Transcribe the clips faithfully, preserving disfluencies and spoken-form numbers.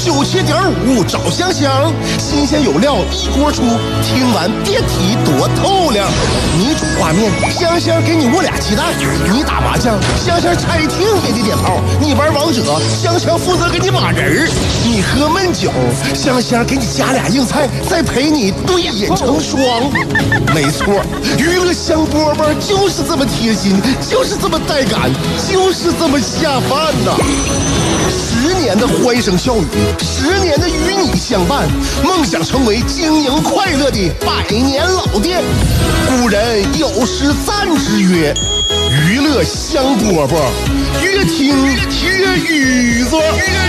九七点五找香香，新鲜有料一锅出，听完别提多透亮。你煮画面，香香给你握俩鸡蛋；你打麻将，香香拆听给你点炮；你玩王者，香香负责给你码人；你喝闷酒，香香给你加俩硬菜，再陪你对饮成双。没错，娱乐香饽饽就是这么贴心，就是这么带感，就是这么下饭呐！十年的欢声笑语，十年的与你相伴，梦想成为经营快乐的百年老店。古人有诗赞之曰：娱乐香饽饽，越听越雨子。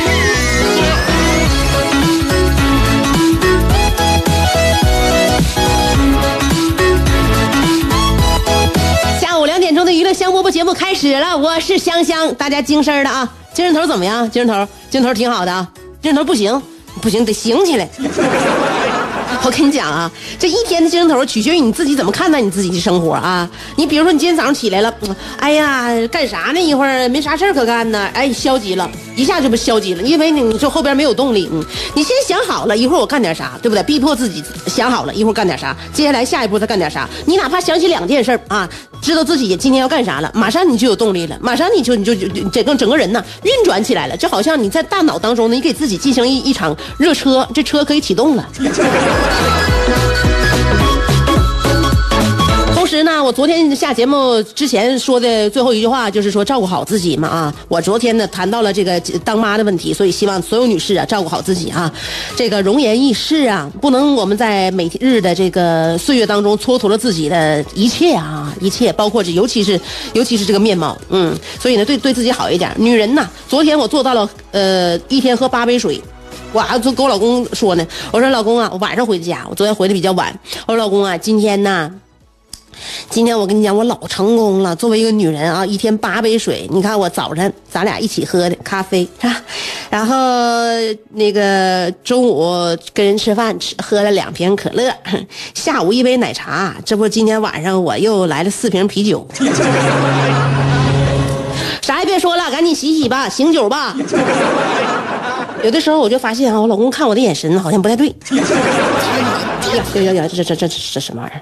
下午两点钟的娱乐香饽饽节目开始了，我是香香，大家精神的啊！精神头怎么样？精神头，精神头挺好的啊！精神头不行，不行得醒起来。我跟你讲啊，这一天的精神头取决于你自己怎么看待你自己的生活啊。你比如说，你今天早上起来了，哎呀，干啥呢？一会儿没啥事可干呢，哎，消极了，一下就不消极了，因为你说后边没有动力。嗯，你先想好了，一会儿我干点啥，对不对？逼迫自己想好了，一会儿干点啥，接下来下一步再干点啥。你哪怕想起两件事啊，知道自己今天要干啥了，马上你就有动力了，马上你就你就就整个整个人呢运转起来了，就好像你在大脑当中呢，你给自己进行一一场热车，这车可以启动了。同时呢，我昨天下节目之前说的最后一句话就是说照顾好自己嘛啊！我昨天呢谈到了这个当妈的问题，所以希望所有女士啊照顾好自己啊。这个容颜易逝啊，不能我们在每日的这个岁月当中蹉跎了自己的一切啊，一切包括这尤其是尤其是这个面貌，嗯，所以呢对对自己好一点。女人呐，昨天我做到了呃一天喝八杯水。我还就跟我老公说呢，我说老公啊，我晚上回家，我昨天回的比较晚。我说老公啊，今天呢，今天我跟你讲，我老成功了。作为一个女人啊，一天八杯水，你看我早晨咱俩一起喝的咖啡，是吧？然后那个中午跟人吃饭吃喝了两瓶可乐，下午一杯奶茶，这不今天晚上我又来了四瓶啤酒。啥也别说了，赶紧洗洗吧，醒酒吧。有的时候我就发现啊，我老公看我的眼神好像不太对。呀呀呀呀，这这这这这什么玩意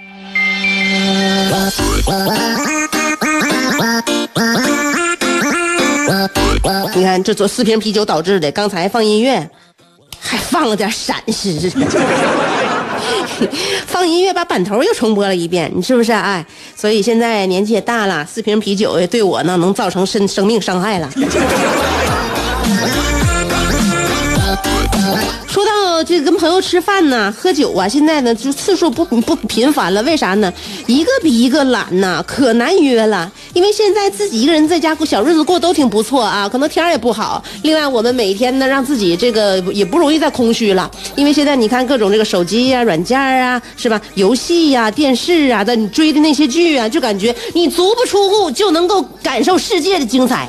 儿？你看这做四瓶啤酒导致的，刚才放音乐还放了点闪失。放音乐把版头又重播了一遍，你是不是？哎，所以现在年纪也大了，四瓶啤酒也对我呢能造成生生命伤害了。说到这跟朋友吃饭呢、喝酒啊，现在呢就次数不不频繁了，为啥呢？一个比一个懒呐，可难约了。因为现在自己一个人在家过小日子过都挺不错啊，可能天也不好。另外，我们每天呢让自己这个也不容易再空虚了，因为现在你看各种这个手机呀、啊、软件啊，是吧？游戏呀、啊、电视啊的，你追的那些剧啊，就感觉你足不出户就能够感受世界的精彩。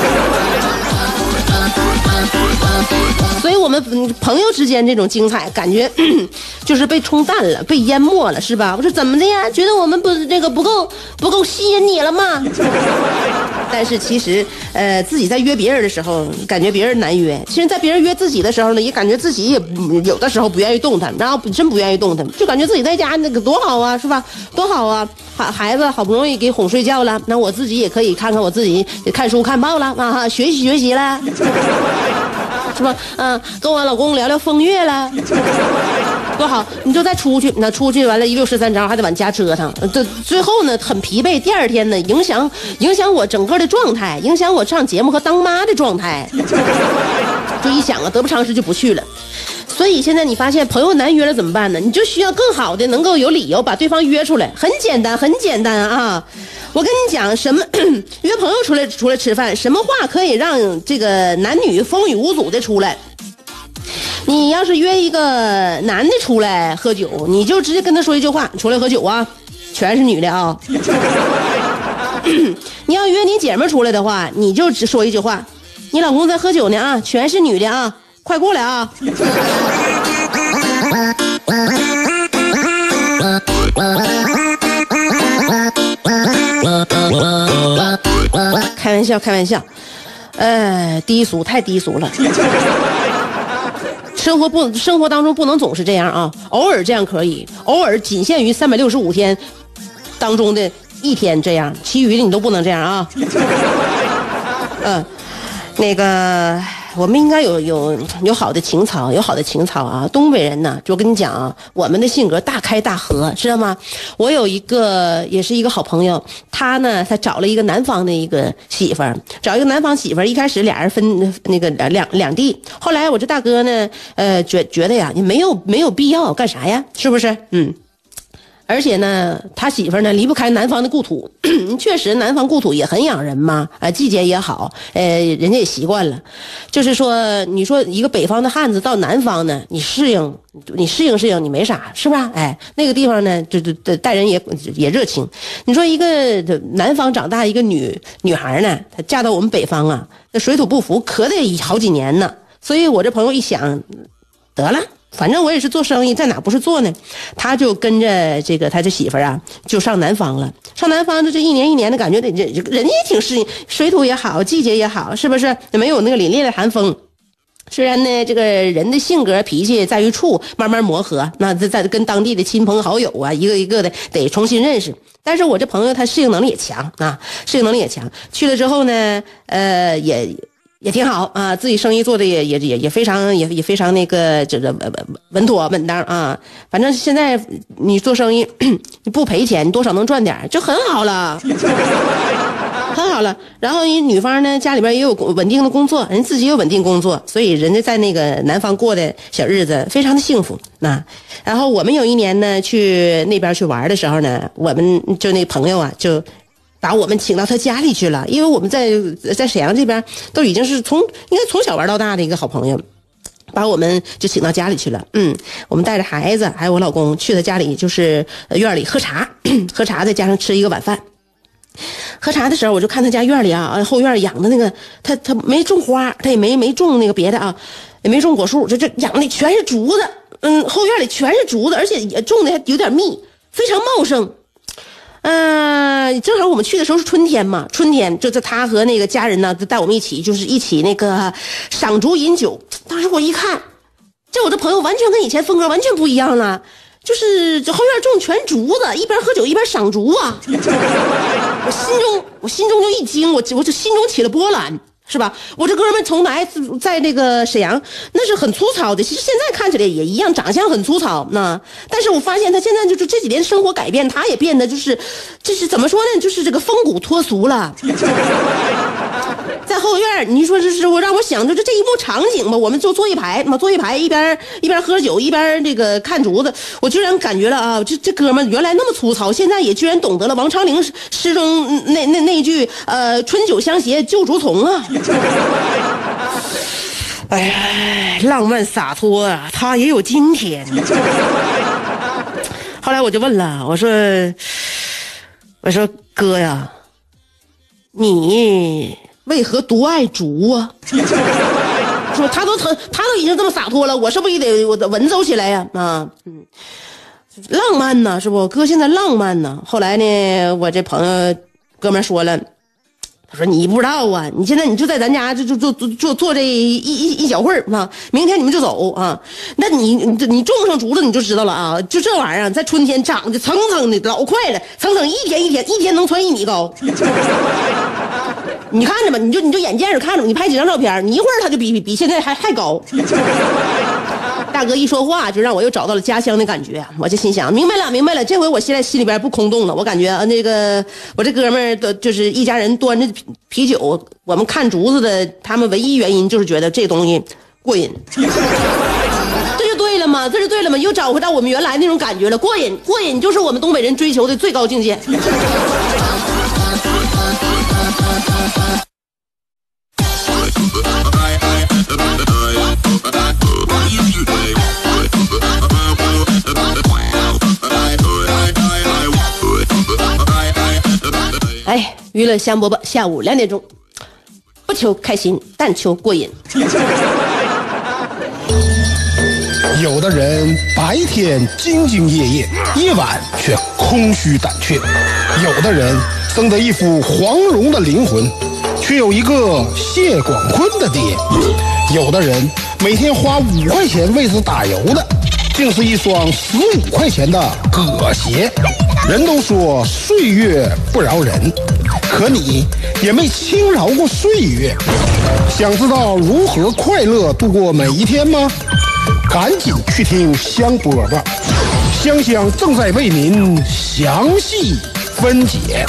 所以我们朋友之间这种精彩感觉就是被冲淡了，被淹没了，是吧？我说怎么的呀？觉得我们不这个不够不够吸引你了吗？但是其实呃自己在约别人的时候感觉别人难约，其实在别人约自己的时候呢，也感觉自己也有的时候不愿意动弹，然后真不愿意动弹，就感觉自己在家那个多好啊，是吧？多好啊！孩孩子好不容易给哄睡觉了，那我自己也可以看看我自己看书看报了啊，学习学习了。是吧？嗯，跟我老公聊聊风月了，多好！你就再出去，那出去完了，一溜十三招，还得往家折腾，这最后呢很疲惫。第二天呢，影响影响我整个的状态，影响我上节目和当妈的状态。就一想啊，得不偿失就不去了。所以现在你发现朋友难约了怎么办呢？你就需要更好的能够有理由把对方约出来，很简单，很简单啊！我跟你讲，什么约朋友出来出来吃饭，什么话可以让这个男女风雨无阻的出来？你要是约一个男的出来喝酒，你就直接跟他说一句话：出来喝酒啊，全是女的啊！你要约你姐妹出来的话，你就只说一句话：你老公在喝酒呢啊，全是女的啊！快过来啊！开玩笑，开玩笑，呃，低俗太低俗了。 生活不生活当中不能总是这样啊，偶尔这样可以，偶尔仅限于三百六十五天当中的一天这样，其余的你都不能这样啊。嗯，那个我们应该有有有好的情操，有好的情操啊！东北人呢，就跟你讲啊，我们的性格大开大合，知道吗？我有一个也是一个好朋友，他呢，他找了一个南方的一个媳妇儿，找一个南方媳妇儿，一开始俩人分那个两两地，后来我这大哥呢，呃，觉觉得呀，你没有没有必要干啥呀，是不是？嗯。而且呢，他媳妇呢离不开南方的故土，确实南方故土也很养人嘛，啊，季节也好，呃，人家也习惯了。就是说，你说一个北方的汉子到南方呢，你适应，你适应适应，你没啥，是吧？哎，那个地方呢，就就待人也也热情。你说一个南方长大一个女女孩呢，她嫁到我们北方啊，那水土不服，可得好几年呢。所以我这朋友一想，得了。反正我也是做生意，在哪不是做呢？他就跟着这个他这媳妇儿啊，就上南方了。上南方这一年一年的感觉，人人家也挺适应，水土也好，季节也好，是不是？没有那个凛冽的寒风。虽然呢，这个人的性格脾气在于处，慢慢磨合，那在跟当地的亲朋好友啊，一个一个的得重新认识。但是我这朋友他适应能力也强啊，适应能力也强。去了之后呢，呃，也。也挺好啊，自己生意做的也也也也非常也也非常那个这个稳稳妥稳当啊。反正现在你做生意你不赔钱，你多少能赚点，就很好了，很好了。然后女方呢家里边也有稳定的工作，人自己有稳定工作，所以人家在那个南方过的小日子非常的幸福啊。然后我们有一年呢去那边去玩的时候呢，我们就那朋友啊就。把我们请到他家里去了，因为我们在在沈阳这边都已经是从应该从小玩到大的一个好朋友，把我们就请到家里去了。嗯，我们带着孩子还有我老公去他家里，就是院里喝茶，喝茶再加上吃一个晚饭。喝茶的时候，我就看他家院里啊，后院养的那个，他他没种花，他也没没种那个别的啊，也没种果树，就这养的全是竹子。嗯，后院里全是竹子，而且也种的还有点密，非常茂盛。嗯、呃，正好我们去的时候是春天嘛，春天就是他和那个家人呢，就带我们一起，就是一起那个赏竹饮酒。当时我一看，这我这朋友完全跟以前风格完全不一样了，就是这后院种全竹子，一边喝酒一边赏竹啊。我心中我心中就一惊，我我就心中起了波澜。是吧？我这哥们从来在那个沈阳，那是很粗糙的。其实现在看起来也一样，长相很粗糙。那但是我发现他现在就是这几年生活改变，他也变得就是，这是怎么说呢？就是这个风骨脱俗了。在后院，你说这是我让我想就是这一幕场景吧，我们就坐一排嘛，坐一排，一边一边喝酒，一边这个看竹子。我居然感觉了啊，这这哥们原来那么粗糙，现在也居然懂得了王昌龄诗中那那那句呃“春酒相携旧竹丛”啊。哎呀，浪漫洒脱啊，他也有今天。后来我就问了，我说，我说哥呀，你为何独爱竹啊？说他都他他都已经这么洒脱了，我是不是也得我得文绉起来呀？啊，嗯，浪漫呢，是不？哥现在浪漫呢。后来呢，我这朋友哥们说了。他说你不知道啊，你现在你就在咱家就就就就做这一一一小会儿啊，明天你们就走啊。那你你你种上竹子你就知道了啊，就这玩意儿在春天长得蹭蹭的老快了，蹭蹭一天一天一天能窜一米高。你看着吧，你就你就眼见着看着，你拍几张照片，你一会儿它就比比比现在还还高。大哥一说话就让我又找到了家乡的感觉，我就心想明白了明白了，这回我现在心里边不空洞了。我感觉啊，那个我这哥们儿的就是一家人端着啤酒，我们看竹子的，他们唯一原因就是觉得这东西过瘾。这就对了嘛，这就对了嘛，又找回到我们原来那种感觉了，过瘾过瘾就是我们东北人追求的最高境界。哎，娱乐香饽饽，下午两点钟，不求开心，但求过瘾。 有的人白天兢兢业业，夜晚却空虚胆怯；有的人生得一副黄蓉的灵魂，却有一个谢广坤的爹；有的人每天花五块钱为之打油的，竟是一双十五块钱的葛鞋。人都说岁月不饶人，可你也没轻饶过岁月。想知道如何快乐度过每一天吗？赶紧去听香饽饽，香香正在为您详细分解。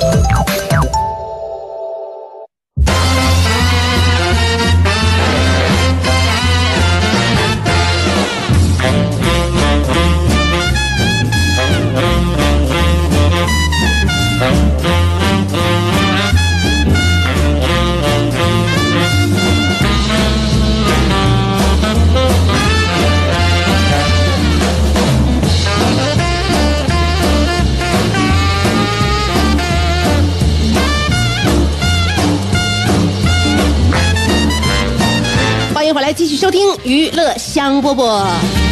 继续收听娱乐香饽饽。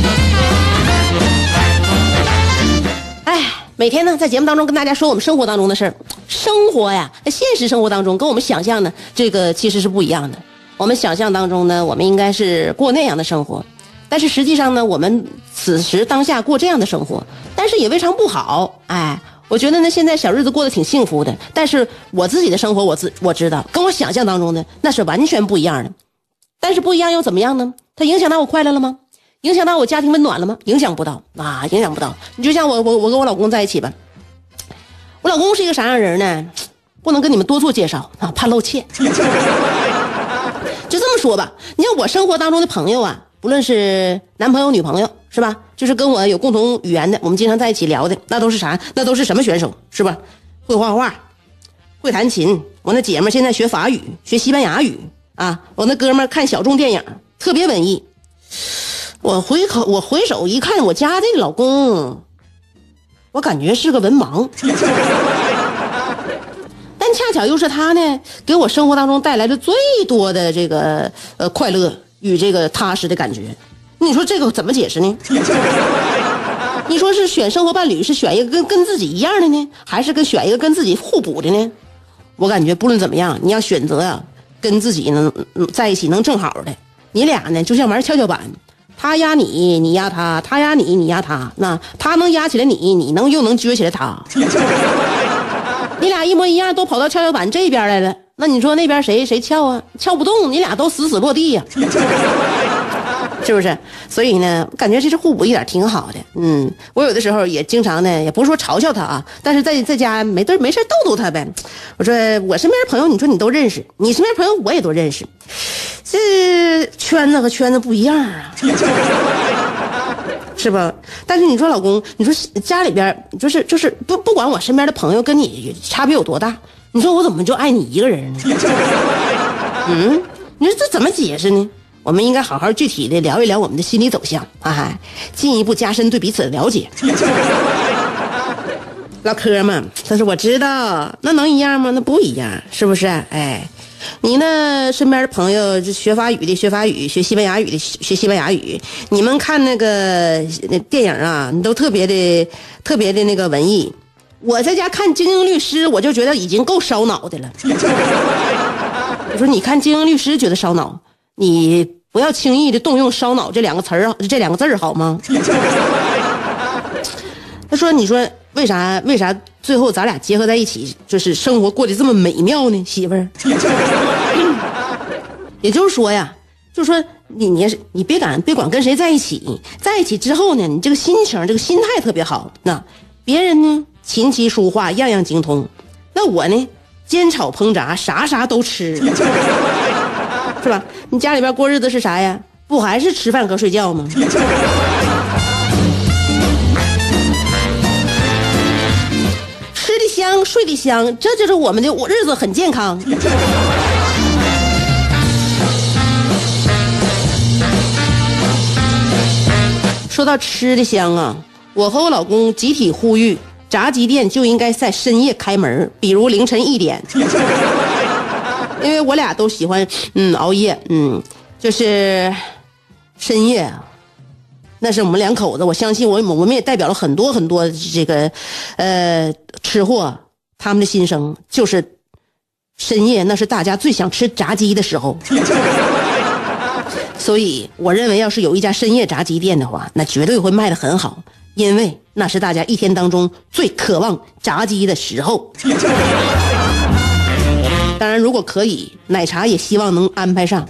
哎，每天呢在节目当中跟大家说我们生活当中的事儿。生活呀，在现实生活当中跟我们想象的这个其实是不一样的。我们想象当中呢，我们应该是过那样的生活，但是实际上呢，我们此时当下过这样的生活，但是也未尝不好。哎，我觉得呢，现在小日子过得挺幸福的，但是我自己的生活我自我知道，跟我想象当中的那是完全不一样的。但是不一样又怎么样呢？它影响到我快乐了吗？影响到我家庭温暖了吗？影响不到啊，影响不到。你就像我我我跟我老公在一起吧，我老公是一个啥样人呢？不能跟你们多做介绍啊，怕露怯。就这么说吧，你看我生活当中的朋友啊，不论是男朋友女朋友是吧，就是跟我有共同语言的，我们经常在一起聊的，那都是啥？那都是什么选手是吧？会画画，会弹琴。我那姐们现在学法语，学西班牙语。啊，我那哥们看小众电影，特别文艺。我回口我回首一看，我家的老公，我感觉是个文盲。但恰巧又是他呢，给我生活当中带来的最多的这个呃快乐与这个踏实的感觉。你说这个怎么解释呢？你说是选生活伴侣是选一个跟跟自己一样的呢，还是跟选一个跟自己互补的呢？我感觉不论怎么样，你要选择啊。跟自己能在一起能正好的，你俩呢就像玩跷跷板，他压你，你压他，他压你，你压他，那他能压起来你，你能又能撅起来他，你俩一模一样，都跑到跷跷板这边来了，那你说那边谁谁翘啊？翘不动，你俩都死死落地呀、啊，是不是？所以呢，感觉这是互补一点挺好的。嗯，我有的时候也经常呢，也不是说嘲笑他啊，但是在在家没事没事逗逗他呗。我说我身边的朋友，你说你都认识，你身边朋友我也都认识，这圈子和圈子不一样啊，是吧？但是你说老公，你说家里边就是就是不不管我身边的朋友跟你差别有多大，你说我怎么就爱你一个人呢？嗯，你说这怎么解释呢？我们应该好好具体的聊一聊我们的心理走向啊，进一步加深对彼此的了解。唠嗑嘛，但是我知道那能一样吗？那不一样，是不是？哎，你呢身边的朋友就学法语的学法语，学西班牙语的学西班牙语，你们看那个那电影啊，你都特别的特别的那个文艺。我在家看精英律师，我就觉得已经够烧脑的了。我说你看精英律师觉得烧脑，你不要轻易的动用烧脑这两个词儿，这两个字儿好吗？他说你说为啥为啥最后咱俩结合在一起，就是生活过得这么美妙呢，媳妇儿？也就是说呀，就是说你你你别管别管跟谁在一起，在一起之后呢，你这个心情这个心态特别好。那别人呢琴棋书画样样精通，那我呢煎炒烹炸啥啥都吃，是吧？你家里边过日子是啥呀？不还是吃饭和睡觉吗？吃的香，睡的香，这就是我们的日子很健康。说到吃的香啊，我和我老公集体呼吁，炸鸡店就应该在深夜开门，比如凌晨一点。因为我俩都喜欢嗯熬夜，嗯，就是深夜啊，那是我们两口子，我相信我我们也代表了很多很多这个呃吃货，他们的心声就是深夜那是大家最想吃炸鸡的时候。 所以我认为要是有一家深夜炸鸡店的话，那绝对会卖得很好，因为那是大家一天当中最渴望炸鸡的时候。当然如果可以，奶茶也希望能安排上。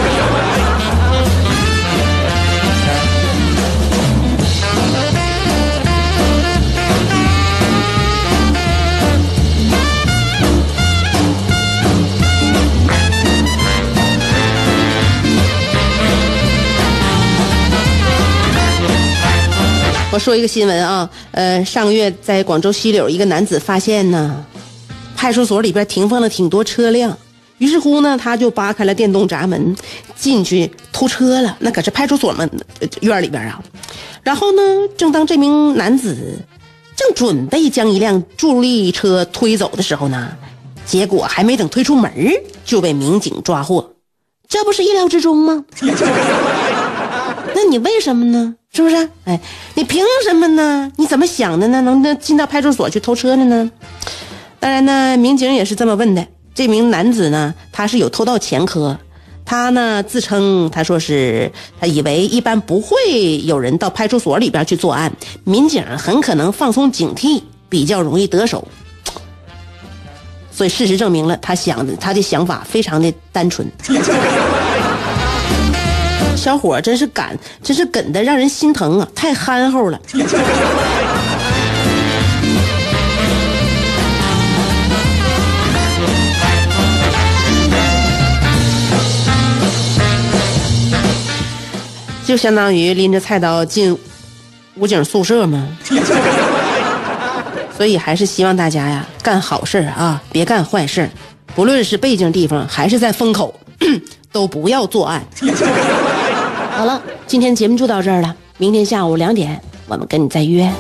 我说一个新闻啊，呃，上个月在广州西柳，一个男子发现呢，派出所里边停放了挺多车辆，于是乎呢，他就扒开了电动闸门，进去偷车了。那可是派出所门院里边啊。然后呢，正当这名男子正准备将一辆助力车推走的时候呢，结果还没等推出门就被民警抓获，这不是意料之中吗？那你为什么呢？是不是？哎，你凭什么呢？你怎么想的呢？能进到派出所去偷车的呢？当然呢，民警也是这么问的。这名男子呢，他是有偷盗前科，他呢自称他说是他以为一般不会有人到派出所里边去作案，民警很可能放松警惕，比较容易得手。所以事实证明了，他想的他的想法非常的单纯。小伙真是敢，真是梗的让人心疼啊！太憨厚了。就相当于拎着菜刀进武警宿舍嘛。所以还是希望大家呀，干好事啊，别干坏事，不论是背景地方还是在风口，都不要作案。好了，今天节目就到这儿了，明天下午两点我们跟你再约。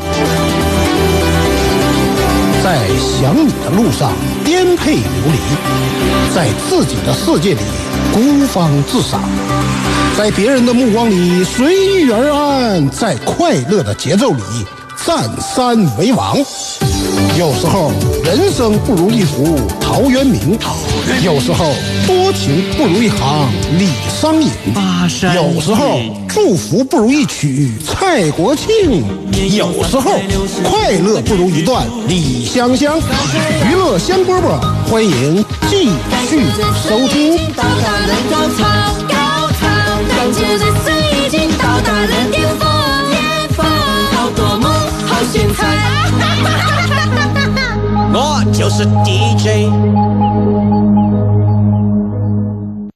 在想你的路上颠沛流离，在自己的世界里孤芳自赏，在别人的目光里随遇而安，在快乐的节奏里占山为王。有时候人生不如一壶陶渊明，有时候多情不如一行李商隐，有时候祝福不如一曲蔡国庆，有时候快乐不如一段李香香。娱乐香饽饽，欢迎继续收听。到达了高潮，高潮，感觉这次已经到达了巅峰，巅峰，好多梦，好精彩。我就是 D J。